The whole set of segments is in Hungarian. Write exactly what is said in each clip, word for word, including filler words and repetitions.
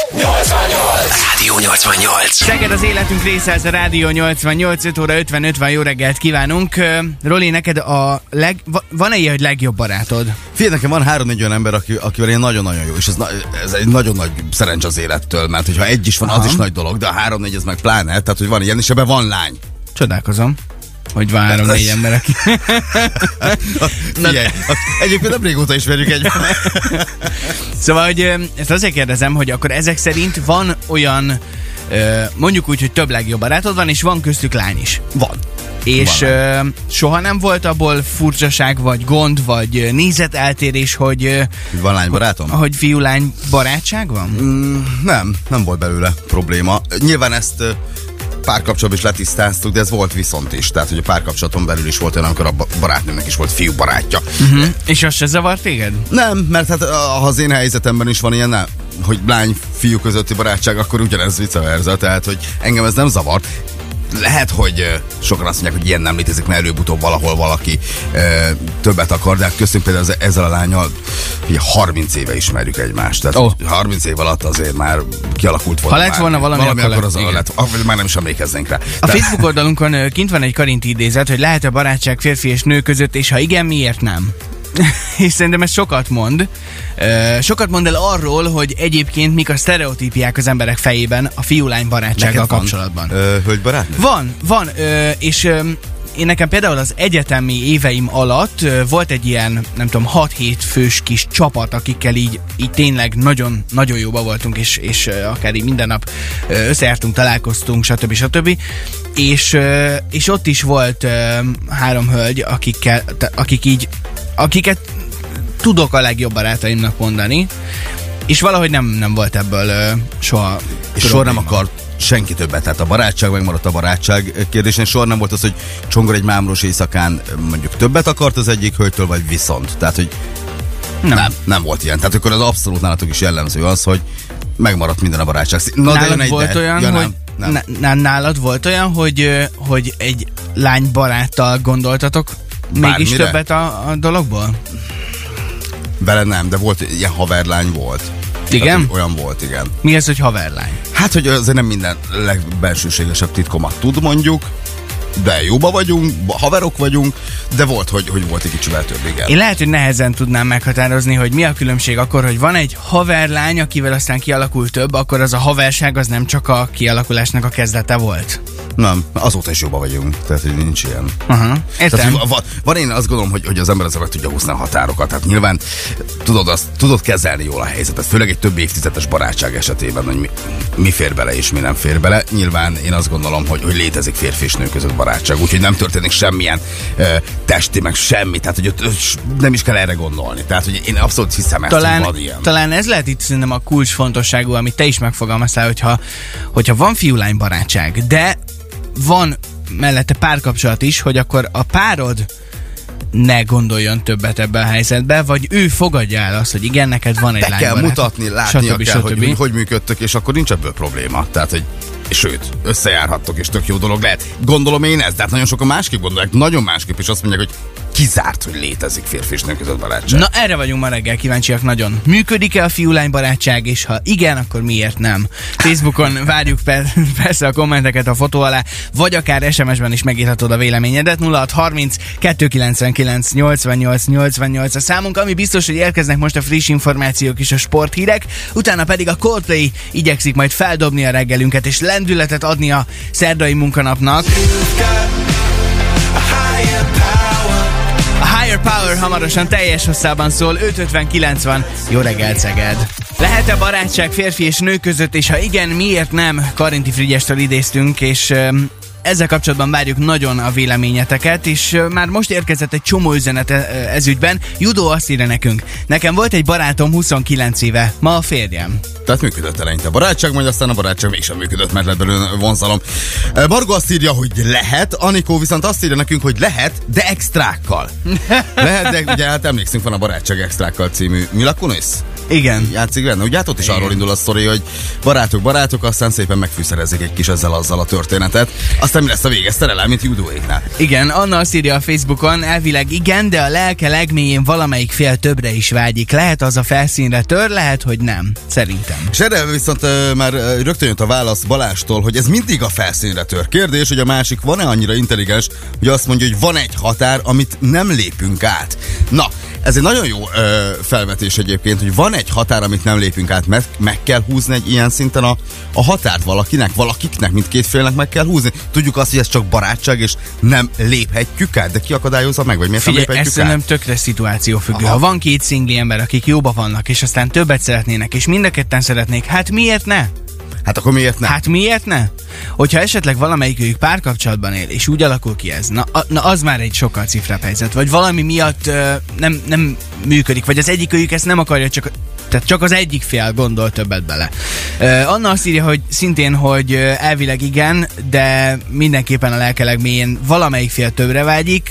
nyolcvannyolc Rádió nyolcvannyolc. Szeged az életünk része, ez a Rádió nyolcvannyolc, öt óra ötvenöt van, jó reggelt kívánunk. Roli, neked a leg... van-e ilyen, hogy legjobb barátod? Figyelj, nekem van három-négy olyan ember, aki, akivel én nagyon-nagyon jó, és ez, ez egy nagyon nagy szerencs az élettől, mert hogyha egy is van, az Aha. is nagy dolog, de a három-négy ez meg pláne, tehát hogy van ilyen, és ebben van lány. Csodálkozom, hogy van három-négy ember, aki... Figyelj, egyébként nem régóta ismerjük egymást. Szóval, hogy ezt azért kérdezem, hogy akkor ezek szerint van olyan, mondjuk úgy, hogy több legjobb barátod van, és van köztük lány is. Van. És uh, soha nem volt abból furcsaság, vagy gond, vagy nézeteltérés, hogy... Van lánybarátom? Hogy fiú-lány barátság van? Mm, nem, nem volt belőle probléma. Nyilván ezt uh, párkapcsolatban is letisztáztuk, de ez volt viszont is. Tehát, hogy a párkapcsolaton belül is volt olyan, amikor a barátnőmnek is volt fiú barátja. Uh-huh. És az se zavart téged? Nem, mert hát ha az én helyzetemben is van ilyen, nem, hogy lány-fiú közötti barátság, akkor ugyanez vice versa. Tehát, hogy engem ez nem zavart. Lehet, hogy uh, sokan azt mondják, hogy ilyen nem létezik, mert előbb-utóbb valahol valaki uh, többet akar, de hát köztünk például ezzel a lányal harminc éve ismerjük egymást. Tehát oh. harminc év alatt azért már kialakult volna. Ha lett volna valami, valami akkor, akkor az lett, vagy már nem is emlékeznénk rá. A de... Facebook oldalunkon kint van egy Karinti idézet, hogy lehet a barátság férfi és nő között, és ha igen, miért nem? És szerintem ez sokat mond. Uh, sokat mond el arról, hogy egyébként mik a sztereotípiák az emberek fejében a fiú-lány barátsággal kapcsolatban. Ö, hölgybarátnő? Van, van, uh, és uh, én nekem például az egyetemi éveim alatt uh, volt egy ilyen, nem tudom, hat-hét fős kis csapat, akikkel így, így tényleg nagyon, nagyon jóba voltunk, és, és uh, akár így minden nap uh, összejártunk, találkoztunk, stb. stb. És, uh, és ott is volt uh, három hölgy, akikkel, akik így akiket tudok a legjobb barátaimnak mondani, és valahogy nem, nem volt ebből uh, soha és soha nem akart senki többet, tehát a barátság megmaradt a barátság kérdésen, soha nem volt az, hogy Csongor egy mámros éjszakán mondjuk többet akart az egyik hölgytől, vagy viszont. Tehát, hogy nem, nem, nem volt ilyen. Tehát akkor az abszolút nálatok is jellemző az, hogy megmaradt minden a barátság. Na, nálad de volt de, olyan, ja, hogy nem, nem. nálad volt olyan, hogy, hogy egy lány baráttal gondoltatok Bármire? Mégis többet a, a dologból? Vele nem, de volt ilyen haverlány volt. Igen? Tehát, olyan volt, igen. Mi ez, hogy haverlány? Hát, hogy azért nem minden legbensőségesebb titkomat tud, mondjuk, de jóba vagyunk, haverok vagyunk, de volt, hogy, hogy volt egy kicsivel több, igen. Én lehet, hogy nehezen tudnám meghatározni, hogy mi a különbség akkor, hogy van egy haverlány, akivel aztán kialakul több, akkor az a haverság az nem csak a kialakulásnak a kezdete volt. Nem, azóta is jóba vagyunk, tehát hogy nincs ilyen. Uh-huh. Értem. Tehát, van, van, én azt gondolom, hogy, hogy az ember azért meg tudja húzni a határokat, tehát nyilván tudod, azt, tudod kezelni jól a helyzetet, főleg egy több évtizedes barátság esetében, hogy mi, mi fér bele és mi nem fér bele. Nyilván én azt gondolom, hogy, hogy létezik férfi és nő között barátság, úgyhogy nem történik semmilyen uh, testi, meg semmi, tehát hogy ott, nem is kell erre gondolni. Tehát, hogy én abszolút hiszem ezt, talán, hogy van ilyen. Talán ez lehet itt szerintem a kulcsfontosságú, amit te is megfogalmaztál, hogyha, hogyha van fiú-lány barátság, de van mellette párkapcsolat is, hogy akkor a párod ne gondoljon többet ebbe a helyzetbe, vagy ő fogadja el azt, hogy igen, neked van egy Be lánybarát. kell mutatni, látnia kell, hogy, hogy hogy működtök, és akkor nincs ebből probléma. Tehát, hogy sőt, összejárhattok, és tök jó dolog lehet. Gondolom én ezt, tehát nagyon sokan másképp gondolják, nagyon másképp, és azt mondják, hogy kizárt, hogy létezik férfi és nő között barátság. Na, erre vagyunk ma reggel kíváncsiak nagyon. Működik-e a fiú-lány barátság, és ha igen, akkor miért nem? Facebookon várjuk persze a kommenteket a fotó alá, vagy akár es em es-ben is megírhatod a véleményedet. nulla hat harminc kettőszázkilencvenkilenc nyolcvannyolc nyolcvannyolc a számunk, ami biztos, hogy érkeznek most a friss információk és a sporthírek, utána pedig a Coldplay igyekszik majd feldobni a reggelünket, és lendületet adni a szerdai munkanapnak. A Higher Power hamarosan teljes hosszában szól, öt ötvenkilenc van. Jó reggelt, Szeged! Lehet-e barátság férfi és nő között, és ha igen, miért nem? Karinti Frigyestől idéztünk, és um, ezzel kapcsolatban várjuk nagyon a véleményeteket, és uh, már most érkezett egy csomó üzenet ez ügyben. Judó azt írja nekünk: nekem volt egy barátom huszonkilenc éve, ma a férjem. Tehát működött eleinte a barátság, majd aztán a barátság mégsem működött, mert lett belőle vonzalom. Margo azt írja, hogy lehet, Anikó viszont azt írja nekünk, hogy lehet, de extrákkal. Lehet, de ugye hát emlékszünk, van a Barátság extrákkal című Mila Kunis Igen. játszik benne. Ugye hát ott is Igen. arról indul a sztori, hogy barátok, barátok, aztán szépen megfűszerezik egy kis ezzel azzal a történetet. Aztán mi lesz a vége? Szerelem, mint Judóéknál. Igen, Anna azt írja a Facebookon, elvileg igen, de a lelke legmélyén valamelyik fél többre is vágyik. Lehet az a felszínre tör, lehet, hogy nem. Szerintem. És erre viszont uh, már uh, rögtön jött a válasz Balástól, hogy ez mindig a felszínre tör. Kérdés, hogy a másik van-e annyira intelligens, hogy azt mondja, hogy van egy határ, amit nem lépünk át. Na, ez egy nagyon jó uh, felvetés egyébként, hogy van egy határ, amit nem lépünk át, mert meg kell húzni egy ilyen szinten a, a határt valakinek, valakiknek, mindkét félnek meg kell húzni. Tudjuk azt, hogy ez csak barátság, és nem léphetjük át, de ki akadályozza meg, vagy miért Figyelj, nem léphetjük ez át? nem tökre szituációfüggő. Aha. Ha van két szingli ember, akik jóba vannak, és aztán többet szeretnének, és mind a ketten szeretnék, hát miért ne? Hát akkor miért nem? Hát miért ne? Hogyha esetleg valamelyikőjük párkapcsolatban él, és úgy alakul ki ez, na, a, na az már egy sokkal cifrább helyzet. Vagy valami miatt ö, nem, nem működik, vagy az egyikőjük ezt nem akarja, csak, tehát csak az egyik fél gondol többet bele. Ö, Anna azt írja, hogy szintén, hogy ö, elvileg igen, de mindenképpen a lelke legmélyén valamelyik fél többre vágyik,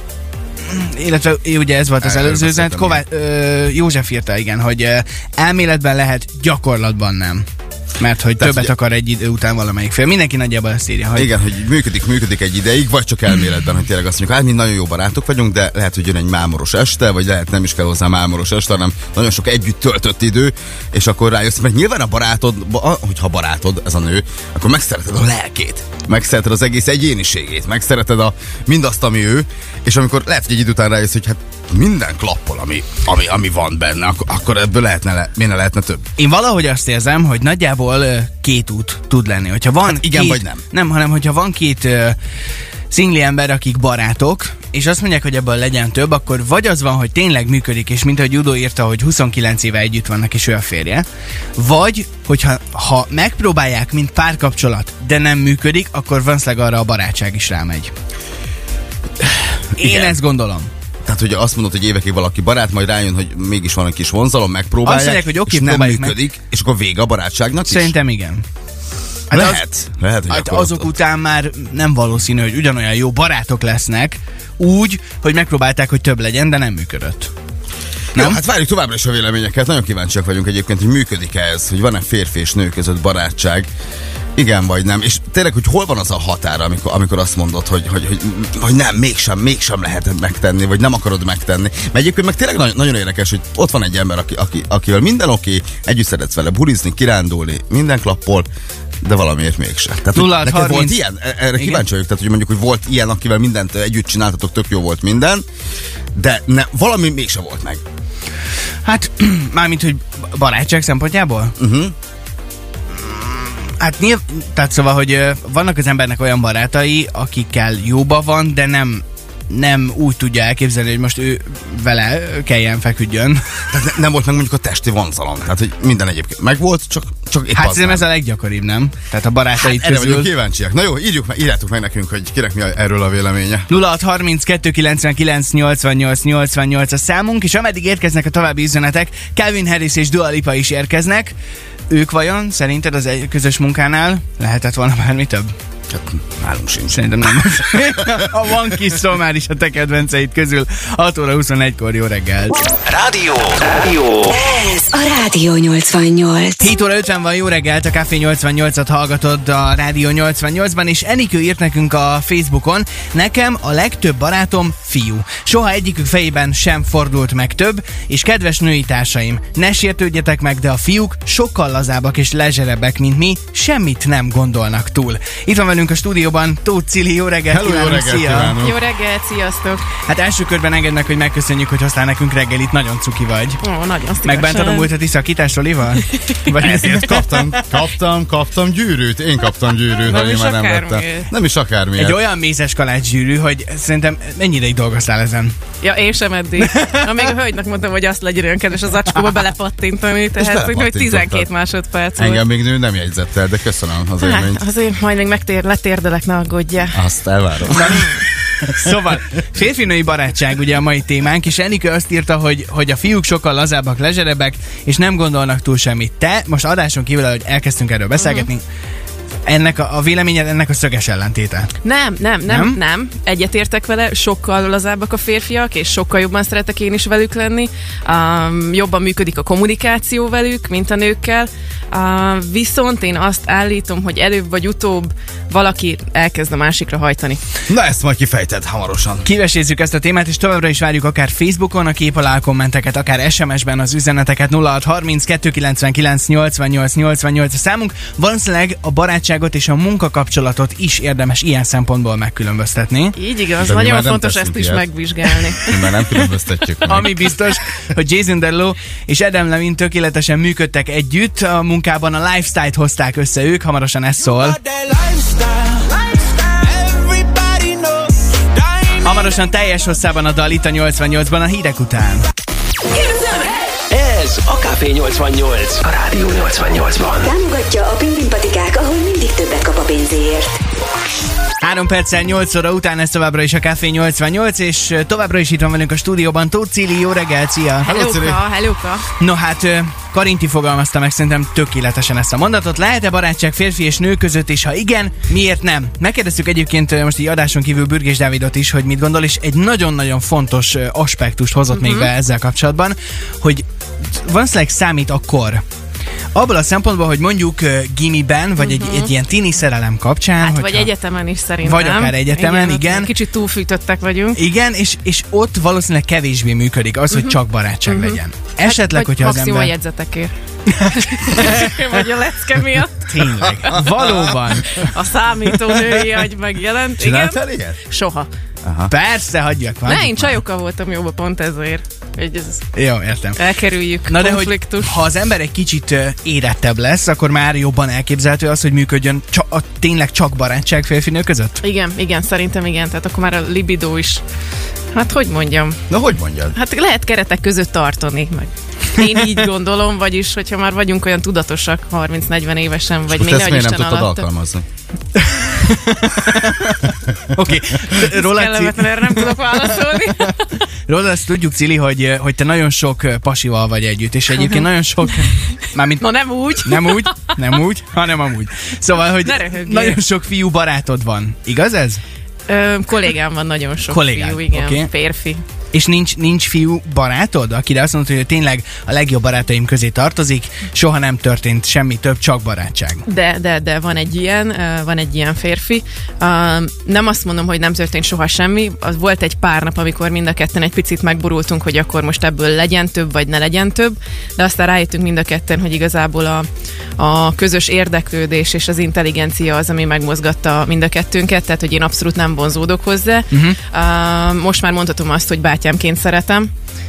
illetve ugye ez volt az Erről előző üzenet. beszéltem, Ková- ö, József írta, igen, hogy ö, elméletben lehet, gyakorlatban nem. Mert hogy Tehát, többet ugye- akar egy idő után valamelyik fél. Mindenki nagyjából ezt írja, hogy Igen, hogy működik, működik egy ideig, vagy csak elméletben, hogy tényleg azt mondjuk, hát mi nagyon jó barátok vagyunk, de lehet, hogy jön egy mámoros este, vagy lehet nem is kell hozzá mámoros este, hanem nagyon sok együtt töltött idő, és akkor rájössz, mert nyilván a barátod, ba- hogyha barátod, ez a nő, akkor megszereted a lelkét, megszereted az egész egyéniségét, megszereted a, mindazt, ami ő, és amikor lehet, hogy egy idő után rájössz, hogy hát minden klappol, ami, ami, ami van benne, akkor, akkor ebből lehetne, le, miért lehetne több. én valahogy azt érzem, hogy nagyjából ö, két út tud lenni. Hogyha van Hát igen két, vagy nem. Nem, hanem hogyha van két ö, szingli ember, akik barátok, és azt mondják, hogy ebből legyen több, akkor vagy az van, hogy tényleg működik, és mint ahogy Judó írta, hogy huszonkilenc éve együtt vannak, és ő a férje, vagy, hogyha ha megpróbálják, mint párkapcsolat, de nem működik, akkor valószínűleg arra a barátság is rámegy. Én Igen. ezt gondolom. Tehát, hogy azt mondod, hogy évekig valaki barát, majd rájön, hogy mégis van egy kis vonzalom, megpróbálják, Azt mondják, hogy oké, és nem próbáljuk meg. működik, és akkor vége a barátságnak is? Szerintem igen. Hát lehet, az, lehet, hogy hát akkor azok ott- után már nem valószínű, hogy ugyanolyan jó barátok lesznek, úgy, hogy megpróbálták, hogy több legyen, de nem működött. Jó, Nem? hát várjuk továbbra is a véleményeket. Nagyon kíváncsiak vagyunk egyébként, hogy működik-e ez, hogy van-e férfi és nő között barátság. Igen vagy nem. És tényleg, hogy hol van az a határ, amikor, amikor azt mondod, hogy, hogy, hogy, hogy nem, mégsem, mégsem lehet megtenni, vagy nem akarod megtenni. Mert egyébként meg tényleg nagyon, nagyon érdekes, hogy ott van egy ember, aki, aki, akivel minden oké, együtt szeretsz vele bulizni, kirándulni, minden klappol, de valamiért mégsem. Tehát, nulla hogy hat neked volt harminc ilyen? Erre Igen. kíváncsi vagyok. Tehát, hogy mondjuk, hogy volt ilyen, akivel mindent együtt csináltatok, tök jó volt minden, de ne, valami mégsem volt meg. Hát, mármint, hogy barátság szempontjából? Uh-huh. Hát nyilv, tehát szóval, hogy ö, vannak az embernek olyan barátai, akikkel jóba van, de nem nem úgy tudja elképzelni, hogy most ő vele kelljen feküdjön. Tehát ne, nem volt meg mondjuk a testi vonzalom. Tehát, hogy minden egyébként megvolt, csak, csak épp Hát az szerintem nem. ez a leggyakoribb, nem? Tehát a barátaid Hát erre közül... vagyunk kíváncsiak. Na jó, írjuk meg, írjátok meg nekünk, hogy kinek mi a, erről a véleménye. nulla hat harminckettő kilencvenkilenc nyolcvannyolc nyolcvannyolc a számunk, és ameddig érkeznek a további üzenetek, Calvin Harris és Dua Lipa is érkeznek. Ők vajon szerinted az egy közös munkánál lehetett volna bármi több? Hát nálunk sincs. Szerintem nem. Ha van kis szó már is a te kedvenceid közül, hat óra huszonegykor jó reggel. Rádió. Rádió. Ez a Rádió nyolcvannyolc. hét óra ötven van, jó reggelt, a Café nyolcvannyolcat hallgatod a Rádió nyolcvannyolcban, és Enikő írt nekünk a Facebookon, nekem a legtöbb barátom fiú. Soha egyikük fejében sem fordult meg több, és kedves női társaim, ne sértődjetek meg, de a fiúk sokkal lazábbak és lezserebbek, mint mi, semmit nem gondolnak túl. Itt van velünk a stúdióban Tóth Cili, jó reggelt, Hello, jó kívánunk, reggelt szia! kívánok. Jó reggelt, sziasztok! Hát első körben engednek, hogy megköszönjük, hogy hoztál nekünk reggelit, nagyon cuki vagy. Ó, nagyon szívesen. Megbántad a múlt heti szakítás, Olival? Vagy Ezért kaptam, kaptam, kaptam gyűrűt. Én kaptam gyűrűt, Nem hogy én is már nem vettem. akármiért. Nem is akármiért. Egy olyan mézes kalács gyűrű, hogy szerintem mennyi ideig dolgoztál ezen? Ja, én sem eddig. Na, még a hölgynek mondtam, hogy azt legyen olyan kedves az acskóba belepattintani, tehát hogy belepattintottad. tizenkét másodperc volt. Engem még nő nem jegyzett el, de köszönöm az élményt. Hát, azért majd még megtér, letérdelek, ne aggódja. Azt elvárom. Szóval, férfi-női barátság ugye a mai témánk, és Enikő azt írta, hogy, hogy a fiúk sokkal lazábbak, lezserebbek, és nem gondolnak túl semmit. Te, most adáson kívül, hogy elkezdtünk erről beszélgetni, ennek a, a véleményed ennek a szöges ellentéte. Nem, nem, nem, nem, nem. Egyetértek vele, sokkal lazábbak a férfiak, és sokkal jobban szeretek én is velük lenni. Um, jobban működik a kommunikáció velük, mint a nőkkel. Uh, viszont én azt állítom, hogy előbb vagy utóbb valaki elkezd a másikra hajtani. Na ezt majd kifejted hamarosan. Kivesézzük ezt a témát, és továbbra is várjuk akár Facebookon a kép alá a kommenteket, akár es em es-ben az üzeneteket. Nulla hat harminc kettő kilencvenkilenc nyolcvannyolc nyolcvannyolc a számunk. Valószínűleg a barátságot és a munkakapcsolatot is érdemes ilyen szempontból megkülönböztetni. Így igaz, De nagyon fontos ezt is ilyet. megvizsgálni. Mert nem különböztetjük meg. Ami biztos, hogy Jason Derulo és Adam Levine tökéletesen működtek együtt, a munkában a lifestyle-t hozták össze ők, hamarosan ez szól. Hamarosan teljes hosszában a dal itt a nyolcvannyolcban a hírek után. Ez a Café nyolcvannyolc. A Rádió nyolcvannyolcban. Támogatja a Pingvin patikák, ahol mindig többet kap a pénzéért. Három perccel nyolc óra után ez továbbra is a Café nyolcvannyolc, és továbbra is itt van velünk a stúdióban Tóth Cili. Jó reggel, szia! Hellóka, hellóka. No hát, Karinti fogalmazta meg szerintem tökéletesen ezt a mondatot. Lehet-e barátság férfi és nő között, és ha igen, miért nem? Megkérdeztük egyébként most így adáson kívül Bürgés Dávidot is, hogy mit gondol, és egy nagyon-nagyon fontos aspektust hozott uh-huh. még be ezzel kapcsolatban, hogy valószínűleg számít a kor. Abból a szempontból, hogy mondjuk uh, gimiben, vagy uh-huh. egy, egy ilyen tini szerelem kapcsán. Hát, hogyha, vagy egyetemen is szerintem. Vagy akár egyetemen, igen. igen. Kicsit túlfűtöttek vagyunk. Igen, és, és ott valószínűleg kevésbé működik az, uh-huh. hogy csak barátság uh-huh. legyen. Esetleg, hát, hogyha az maximum ember... a jegyzetekért. Vagy a lecke miatt. Tényleg. Valóban. A számító női agy megjelent. Csináltál ilyet? Soha. Aha. Persze, hagyjak. Ne, én csajokkal voltam jóban pont ezért. Hogy ez Jó, értem. elkerüljük Na de konfliktus. hogy ha az ember egy kicsit uh, érettebb lesz, akkor már jobban elképzelhető az, hogy működjön csa- a, tényleg csak barátság férfinő között? Igen, igen, szerintem igen. Tehát akkor már a libido is. Hát hogy mondjam? Na hogy mondjad? Hát lehet keretek között tartani, meg. Én így gondolom, vagyis, hogyha már vagyunk olyan tudatosak harminc-negyven évesen, vagy még még ezt miért nem Isten tudtad alatt. alkalmazni? Oké. Okay. Kellemetlen, erre nem tudok válaszolni. Róla azt tudjuk, Cili, hogy, hogy te nagyon sok pasival vagy együtt, és egyébként nagyon sok... Mármint, Na nem úgy. Nem úgy, nem úgy, hanem amúgy. Szóval, hogy nagyon sok fiú barátod van. Igaz ez? Ö, kollégám van nagyon sok Kollégám, fiú, igen, okay. férfi. És nincs, nincs fiú barátod, akire azt mondod, hogy tényleg a legjobb barátaim közé tartozik, soha nem történt semmi több, csak barátság. De, de, de van egy ilyen, van egy ilyen férfi. Nem azt mondom, hogy nem történt soha semmi. Az volt egy pár nap, amikor mind a ketten egy picit megborultunk, hogy akkor most ebből legyen több, vagy ne legyen több, de aztán rájöttünk mind a ketten, hogy igazából a, a közös érdeklődés és az intelligencia az, ami megmozgatta mind a kettőnket, tehát hogy én abszolút nem vonzódok hozzá. Uh-huh. Most már mondhatom azt, hogy bátyámként szeretem,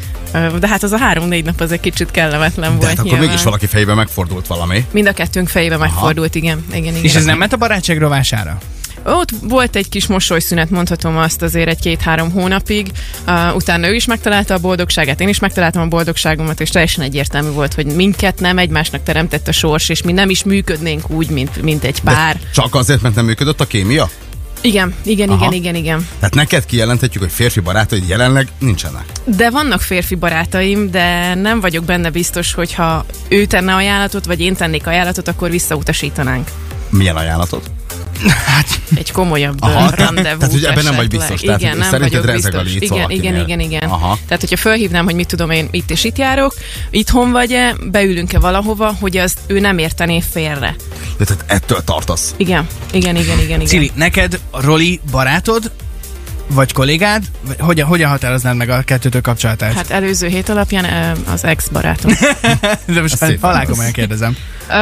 de hát az a három-négy nap az egy kicsit kellemetlen de volt. hát akkor nyilván. mégis valaki fejében megfordult valami. Mind a kettőnk fejében megfordult, igen, igen, igen. És ez nem ment a barátság rovására? Ott volt egy kis mosolyszünet, mondhatom azt azért egy-két-három hónapig. Uh, utána ő is megtalálta a boldogságát, én is megtaláltam a boldogságomat, és teljesen egyértelmű volt, hogy minket nem egymásnak teremtett a sors, és mi nem is működnénk úgy, mint, mint egy pár. De csak azért, mert nem működött a kémia? Igen, igen, Aha. igen, igen, igen. Tehát neked kijelenthetjük, hogy férfi barátaid jelenleg nincsenek. De vannak férfi barátaim, de nem vagyok benne biztos, hogy ha ő tenne ajánlatot, vagy én tennék ajánlatot, akkor visszautasítanánk. Milyen ajánlatot? Hát, Egy komolyabb Aha, rendezvút tehát, hogy ebben nem vagy esetleg. biztos, tehát, Igen, hogy nem szerinted vagyok rezeg a biztos. líc Igen, valakinél. igen, igen, igen. Aha. Tehát, hogyha felhívnám, hogy mit tudom én, itt és itt járok, itthon vagy-e, beülünk-e valahova, hogy azt ő nem értené félre. De tehát ettől tartasz. Igen, igen, igen, igen, igen. Cili, neked a Roli barátod, vagy kollégád? Vagy hogyan, hogyan határoznád meg a kettőtök kapcsolatát? Hát előző hét alapján ö, az ex-barátom. De most szép halál van, komolyan az. kérdezem.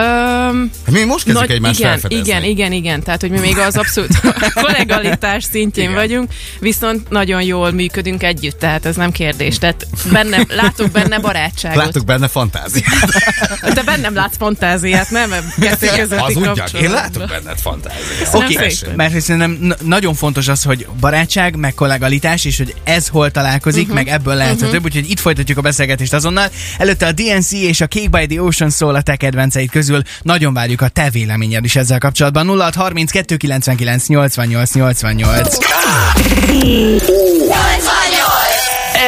Öm, Hát mi most kezdjük Nagy, egymást igen, felfedezni. igen, igen, igen. Tehát, hogy mi még az abszolút kollegalitás szintjén Igen. vagyunk, viszont nagyon jól működünk együtt, tehát ez nem kérdés. Tehát benne, látok benne barátságot. Látok benne fantáziát. Te bennem látsz fantáziát, nem? Kettő közötti Hazudjak, kapcsolatban. én látok benned fantáziát. Köszönöm Oké, szépen. mert szerintem n- nagyon fontos az, hogy barátság, meg kollegalitás, és hogy ez hol találkozik, uh-huh. meg ebből lehet uh-huh. több, úgyhogy itt folytatjuk a beszélgetést azonnal. Előtte a dé en cé és a Cake by the Ocean szól a te kedvenceid közül. Nagyon várjuk a te véleményed is ezzel kapcsolatban. nulla hat harminckettő kilencvenkilenc nyolcvannyolc nyolcvannyolc.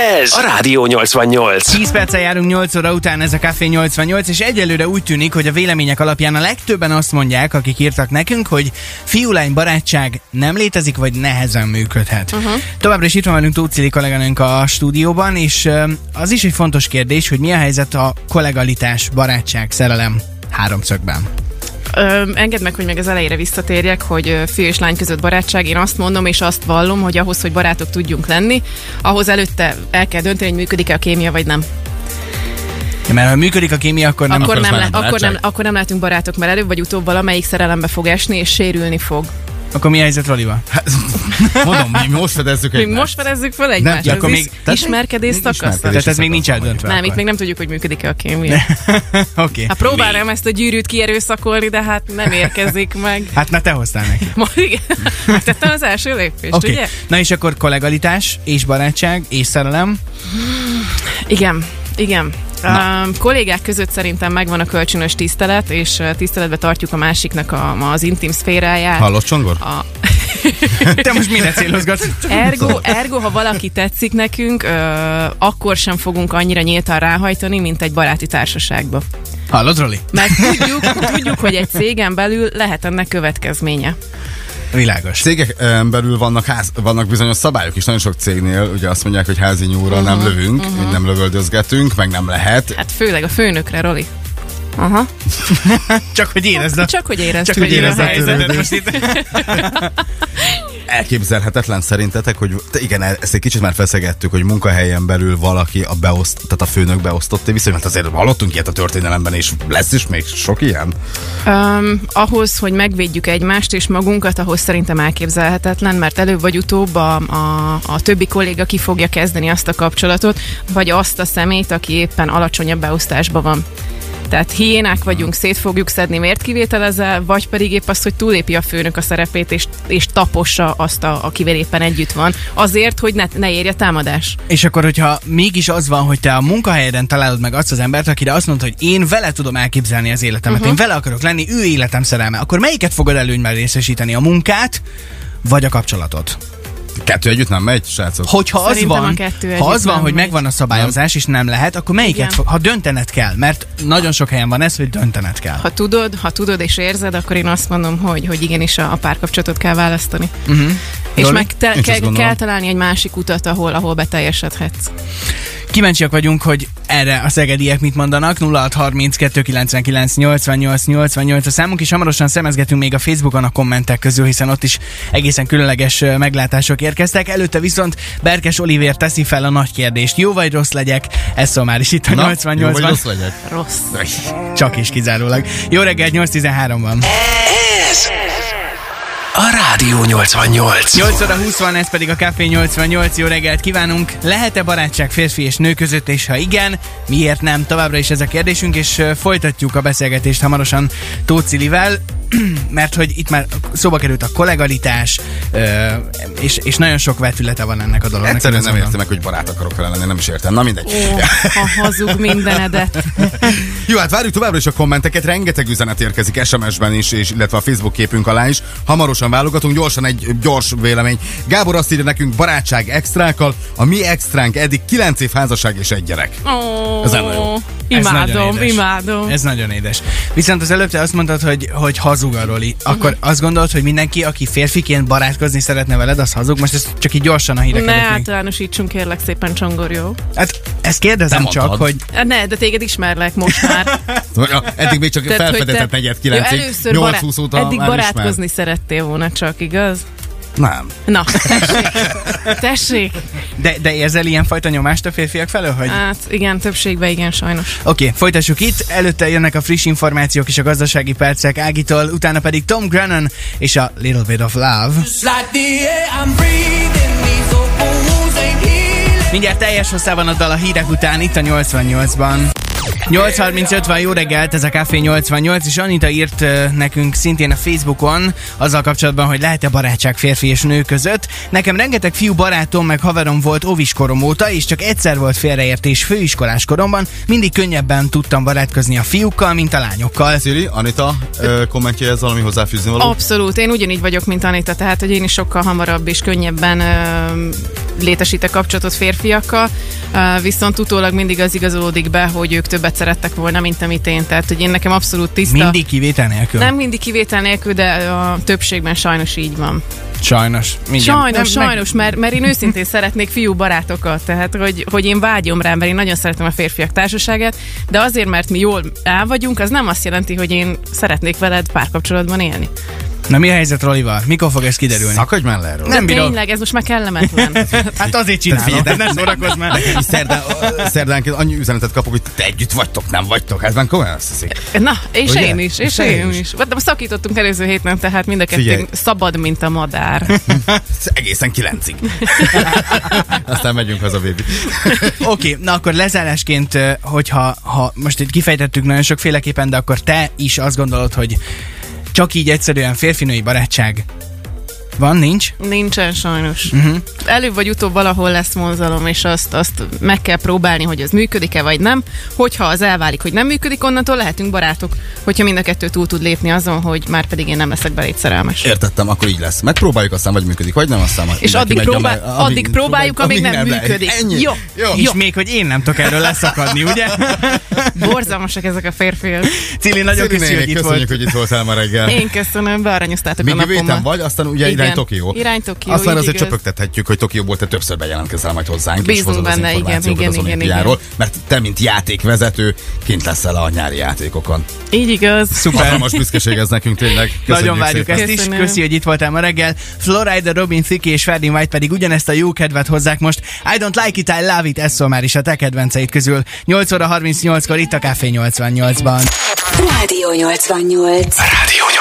Ez a Rádió nyolcvannyolc. tíz perccel járunk nyolc óra után, ez a Café nyolcvannyolc, és egyelőre úgy tűnik, hogy a vélemények alapján a legtöbben azt mondják, akik írtak nekünk, hogy fiú-lány barátság nem létezik, vagy nehezen működhet. Uh-huh. Továbbra is itt van velünk Tóth Cili kolléganőnk a stúdióban, és az is egy fontos kérdés, hogy mi a helyzet a kollegalitás, barátság, szerelem háromszögben. Ö, engedd meg, hogy meg az elejére visszatérjek, hogy fiú és lány között barátság. Én azt mondom, és azt vallom, hogy ahhoz, hogy barátok tudjunk lenni, ahhoz előtte el kell dönteni, hogy működik-e a kémia, vagy nem. Ja, mert ha működik a kémia, akkor nem akkor nem, nem le, akkor, barátság? nem, akkor nem lehetünk barátok, mert előbb vagy utóbb valamelyik szerelembe fog esni, és sérülni fog. Akkor mi a helyzet Rolival? Mondom, mi most fedezzük Mi egymást. most fedezzük fel egymást. ja, Ez akkor is még- ismerkedés szakasz. ismerkedés. Tehát ez még nincs eldöntve. Nem, akkor. itt még nem tudjuk, hogy működik-e a kémia. Oké. Okay. Hát próbálnám ezt a gyűrűt kierőszakolni, de hát nem érkezik meg. Hát na te hoztál neki. Ma igen, megtettem az első lépést, Oké. ugye? Na és akkor kollegalitás, és barátság, és szerelem. Igen, igen. Uh, kollégák között szerintem megvan a kölcsönös tisztelet, és uh, tiszteletbe tartjuk a másiknak a, az intim szféráját. Hallott, Csongor? A, Te most mire célozgatsz? ergo, ergo, ha valaki tetszik nekünk, uh, akkor sem fogunk annyira nyíltan ráhajtani, mint egy baráti társaságba. Hallod, Roli? Mert tudjuk, tudjuk, hogy egy cégen belül lehet ennek következménye. Világos. Cégek em, belül vannak, ház, vannak bizonyos szabályok is, nagyon sok cégnél ugye azt mondják, hogy házi nyúlra uh-huh, nem lövünk, uh-huh. nem lövöldözgetünk, meg nem lehet. Hát főleg a főnökre, Roli. Aha. Csak hogy érezd a... Csak hogy érezd. Csak hogy érezd a érezd a helyzetet most itt. Elképzelhetetlen szerintetek, hogy te igen, ezt egy kicsit már feszegettük, hogy munkahelyen belül valaki a beoszt, tehát a főnök beosztott viszony, mert azért hallottunk ilyet a történelemben, és lesz is még sok ilyen. Um, ahhoz, hogy megvédjük egymást és magunkat, ahhoz szerintem elképzelhetetlen, mert előbb vagy utóbb a, a, a többi kolléga ki fogja kezdeni azt a kapcsolatot, vagy azt a szemét, aki éppen alacsonyabb beosztásban van. Tehát hiénák vagyunk, szét fogjuk szedni, miért kivételezzel, vagy pedig épp az, hogy túlépi a főnök a szerepét, és, és tapossa azt, a, akivel éppen együtt van, azért, hogy ne, ne érje támadás. És akkor, hogyha mégis az van, hogy te a munkahelyeden találod meg azt az embert, akire azt mondod, hogy én vele tudom elképzelni az életemet, uh-huh. én vele akarok lenni, ő életem szerelme, akkor melyiket fogod előnyben részesíteni? A munkát, vagy a kapcsolatot? Kettő együtt nem megy, srácok? Hogyha az Szerintem a van, kettő ha együtt az van, nem hogy megy. megvan a szabályozás, és nem lehet, akkor melyiket Igen. fog, ha döntened kell, mert nagyon sok helyen van ez, hogy döntened kell. Ha tudod, ha tudod és érzed, akkor én azt mondom, hogy, hogy igenis a, a párkapcsolatot kell választani. Uh-huh. És Doli? meg te, Én is ke, azt gondolom. kell találni egy másik utat, ahol, ahol beteljesedhetsz. Kíváncsiak vagyunk, hogy erre a szegediek mit mondanak. nulla hat harminckettő kilencvenkilenc nyolcvannyolc nyolcvannyolc a számunk, és hamarosan szemezgetünk még a Facebookon a kommentek közül, hiszen ott is egészen különleges ö, meglátások érkeztek. Előtte viszont Berkes Olivér teszi fel a nagy kérdést. Jó vagy rossz legyek? Ez szól már is itt a Na, jó vagy nyolcvannyolcban. rossz legyek? Rossz. Csak is kizárólag. Jó reggelt, nyolc tizenhárom van. Ez a Rádió nyolcvannyolc. nyolc óra húsz van, ez pedig a Café nyolcvannyolc. Jó reggelt kívánunk! Lehet-e barátság férfi és nő között, és ha igen, miért nem? Továbbra is ez a kérdésünk, és uh, folytatjuk a beszélgetést hamarosan Tóth Cilivel, mert hogy itt már szóba került a kollegalitás, uh, és, és nagyon sok vetülete van ennek a dolognak. Egyszerűen Én nem azt értem meg, hogy barát akarok vele lenni, nem is értem. Na mindegy. Ó, ha hazug mindenedet. Jó, hát várjuk továbbra is a kommenteket, rengeteg üzenet érkezik es em es-ben is, és illetve a Facebook képünk alá is. Hamarosan válogatunk, gyorsan egy gyors vélemény. Gábor azt írja nekünk, barátság extrákkal, a mi extránk eddig kilenc év házasság és egy gyerek. Ó, Ez nem jó. Ez nagyon imádom, édes. imádom. Ez nagyon édes. Viszont az előbb te azt mondtad, hogy, hogy hazug a Roli. Akkor uh-huh. azt gondolod, hogy mindenki, aki férfiként barátkozni szeretne veled, az hazug? Most ez csak így gyorsan a hírek Ne előtt még. általánosítsunk, kérlek szépen, Csongor, jó? Hát ezt kérdezem Nem csak, mondtad. hogy Hát ne, de téged ismerlek most már. Eddig még csak Tehát, hogy felfedezett te- negyed Jó, kilencig, először nyolc barát- húsz óta eddig már barátkozni szerettél volna csak, igaz? ismer. Nem. Na, tessék. Tessék. de, de érzel ilyenfajta nyomást a férfiak felől, hogy... Hát igen, többségben igen, sajnos. Oké, okay, folytassuk itt. Előtte jönnek a friss információk és a gazdasági percek Ágitól, utána pedig Tom Grennan és a Little Bit of Love. Mindjárt teljes hosszában a dal a hírek után itt a nyolcvannyolcban. nyolc harmincöt van, jó reggelt, ez a Café nyolcvannyolc, és Anita írt uh, nekünk szintén a Facebookon azzal kapcsolatban, hogy lehet-e barátság férfi és nő között. Nekem rengeteg fiú barátom meg haverom volt óviskorom óta, és csak egyszer volt félreértés főiskolás koromban, mindig könnyebben tudtam barátkozni a fiúkkal, mint a lányokkal. Cili, Anita, ö, kommentje ez valami hozzáfűzni való? Abszolút, én ugyanígy vagyok, mint Anita, tehát hogy én is sokkal hamarabb és könnyebben ö, létesítek kapcsolatot férfiakkal, uh, viszont utólag mindig az igazolódik be, hogy ők többet szerettek volna, mint amit én. Tehát, hogy én nekem abszolút tiszta. Mindig kivétel nélkül? Nem mindig kivétel nélkül, de a többségben sajnos így van. Sajnos. Igen. Sajnos, nem, sajnos, meg... mert, mert én őszintén szeretnék fiú barátokat, tehát hogy, hogy én vágyom rám, mert én nagyon szeretem a férfiak társaságát, de azért, mert mi jól el vagyunk, az nem azt jelenti, hogy én szeretnék veled párkapcsolatban élni. Na mi a helyzet Rolival? Mikor fog ez kiderülni? Szakadj már le erről. Nem de bírom. tényleg, ez most már kellemetlen. Hát azért csinálom, de ne szórakozz már. Szerdán, szerdánként annyi üzenetet kapok, hogy te együtt vagytok, nem vagytok. Ez már komolyan azt hiszik. Na, és Ugye? én is, és Te én is. is. De szakítottunk előző héten, tehát mind a Figyelj. kettőnk szabad, mint a madár. Egészen kilencig. Aztán megyünk haza, baby. Oké, okay, na akkor lezárásként, hogyha ha most itt kifejtettük nagyon sokféleképpen, de akkor te is azt gondolod, hogy csak így egyszerűen férfinői barátság van, nincs? Nincsen sajnos. Uh-huh. Előbb vagy utóbb valahol lesz mozgalom, és azt, azt meg kell próbálni, hogy az működik-e vagy nem. Hogyha az elválik, hogy nem működik, onnantól lehetünk barátok. Hogyha mind a kettő túl tud lépni azon, hogy már pedig én nem leszek beléd szerelmes. Értettem, akkor így lesz. Megpróbáljuk, aztán vagy működik, vagy nem, aztán majd És mindenki addig, megy, próbál, amely- addig próbáljuk, amíg nem, lehet. működik. Ennyi. Jó, Jó. És még, hogy én nem tudok erről leszakadni, ugye? borzalmasak ezek a férfiak. Cili, nagyon Cili köszi, néni, hogy itt köszönjük, volt. hogy itt voltál ma reggel. Én köszönöm, bearanyoztátok Még a jövő héten napomat. vagy, aztán ugye irány Tokió. Irány Tokió, Azt már így azért igaz. csöpögtethetjük, hogy Tokióból te többször bejelentkezel majd hozzánk. és Bízunk hozod az benne, igen, információkat igen, az igen, olimpiáról, mert te, mint játékvezető, kint leszel a nyári játékokon. Így igaz. Szuper. Hatalmas büszkeség ez nekünk tényleg. Köszönjük Nagyon várjuk szépen. ezt is. Köszönöm. Köszi, hogy itt voltál ma reggel. Florida, Robin Thicke és Ferdin White pedig ugyanezt a jó kedvet hozzák most. I don't like it, I love it, ez szól már is a te kedvenceid közül. nyolc óra harmincnyolckor itt a Café nyolcvannyolcban. Rádió nyolcvannyolc. Rádió